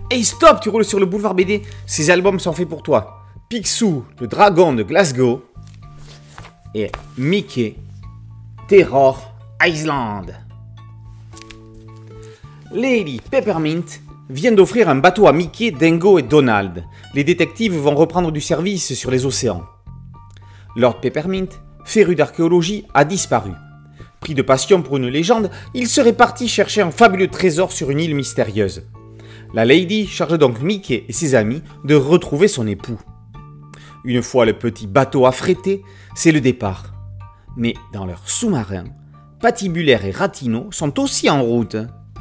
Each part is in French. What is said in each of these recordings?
Hey stop, tu roules sur le boulevard BD. Ces albums sont faits pour toi. Picsou, le dragon de Glasgow. Et Mickey, Terror Island. Lady Peppermint vient d'offrir un bateau à Mickey, Dingo et Donald. Les détectives vont reprendre du service sur les océans. Lord Peppermint, féru d'archéologie, a disparu. Pris de passion pour une légende, il serait parti chercher un fabuleux trésor sur une île mystérieuse. La Lady charge donc Mickey et ses amis de retrouver son époux. Une fois le petit bateau affrété, c'est le départ. Mais dans leur sous-marin, Patibulaire et Ratino sont aussi en route.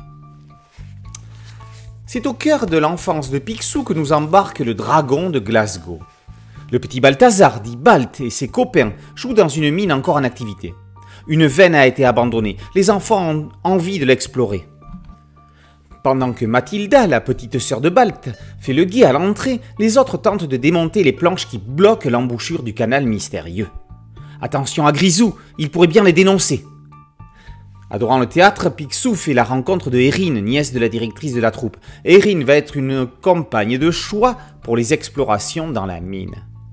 C'est au cœur de l'enfance de Picsou que nous embarque le dragon de Glasgow. Le petit Balthazar, dit Balt, et ses copains jouent dans une mine encore en activité. Une veine a été abandonnée, les enfants ont envie de l'explorer. Pendant que Mathilda, la petite sœur de Balt, fait le guet à l'entrée, les autres tentent de démonter les planches qui bloquent l'embouchure du canal mystérieux. Attention à Grisou, il pourrait bien les dénoncer. Adorant le théâtre, Picsou fait la rencontre de Erin, nièce de la directrice de la troupe. Erin va être une compagne de choix pour les explorations dans la mine.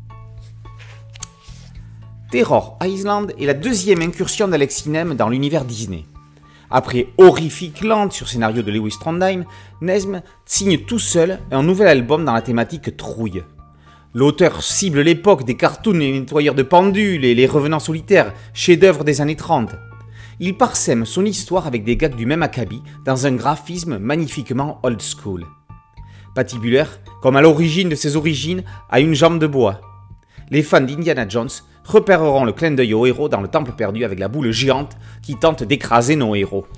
Terror Island est la deuxième incursion d'Alexinem dans l'univers Disney. Après Horrific Land sur scénario de Lewis Trondheim, Nesm signe tout seul un nouvel album dans la thématique trouille. L'auteur cible l'époque des cartoons, les nettoyeurs de pendules et les revenants solitaires, chefs-d'œuvre des années 30. Il parsème son histoire avec des gags du même acabit dans un graphisme magnifiquement old school. Patibulaire, comme à l'origine de ses origines, a une jambe de bois. Les fans d'Indiana Jones repéreront le clin d'œil au héros dans le temple perdu avec la boule géante qui tente d'écraser nos héros.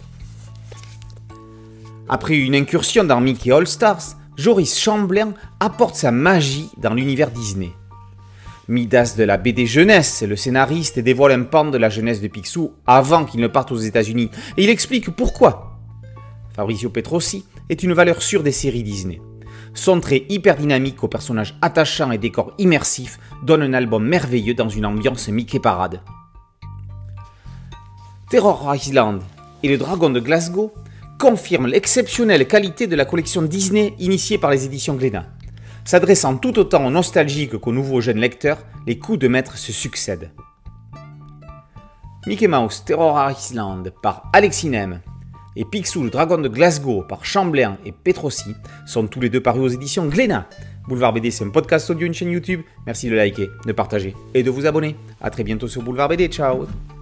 Après une incursion dans Mickey All Stars, Joris Chamblain apporte sa magie dans l'univers Disney. Midas de la BD jeunesse, le scénariste dévoile un pan de la jeunesse de Picsou avant qu'il ne parte aux États-Unis et il explique pourquoi. Fabrizio Petrosi est une valeur sûre des séries Disney. Son trait hyper dynamique aux personnages attachants et décors immersifs donne un album merveilleux dans une ambiance Mickey parade. Terror Island et le dragon de Glasgow confirment l'exceptionnelle qualité de la collection Disney initiée par les éditions Glénat. S'adressant tout autant aux nostalgiques qu'aux nouveaux jeunes lecteurs, les coups de maître se succèdent. Mickey Mouse Terror Island par Alexinem et Picsou le dragon de Glasgow par Chamblain et Petrosi sont tous les deux parus aux éditions Glénat. Boulevard BD, c'est un podcast audio, une chaîne YouTube. Merci de liker, de partager et de vous abonner. A très bientôt sur Boulevard BD, ciao.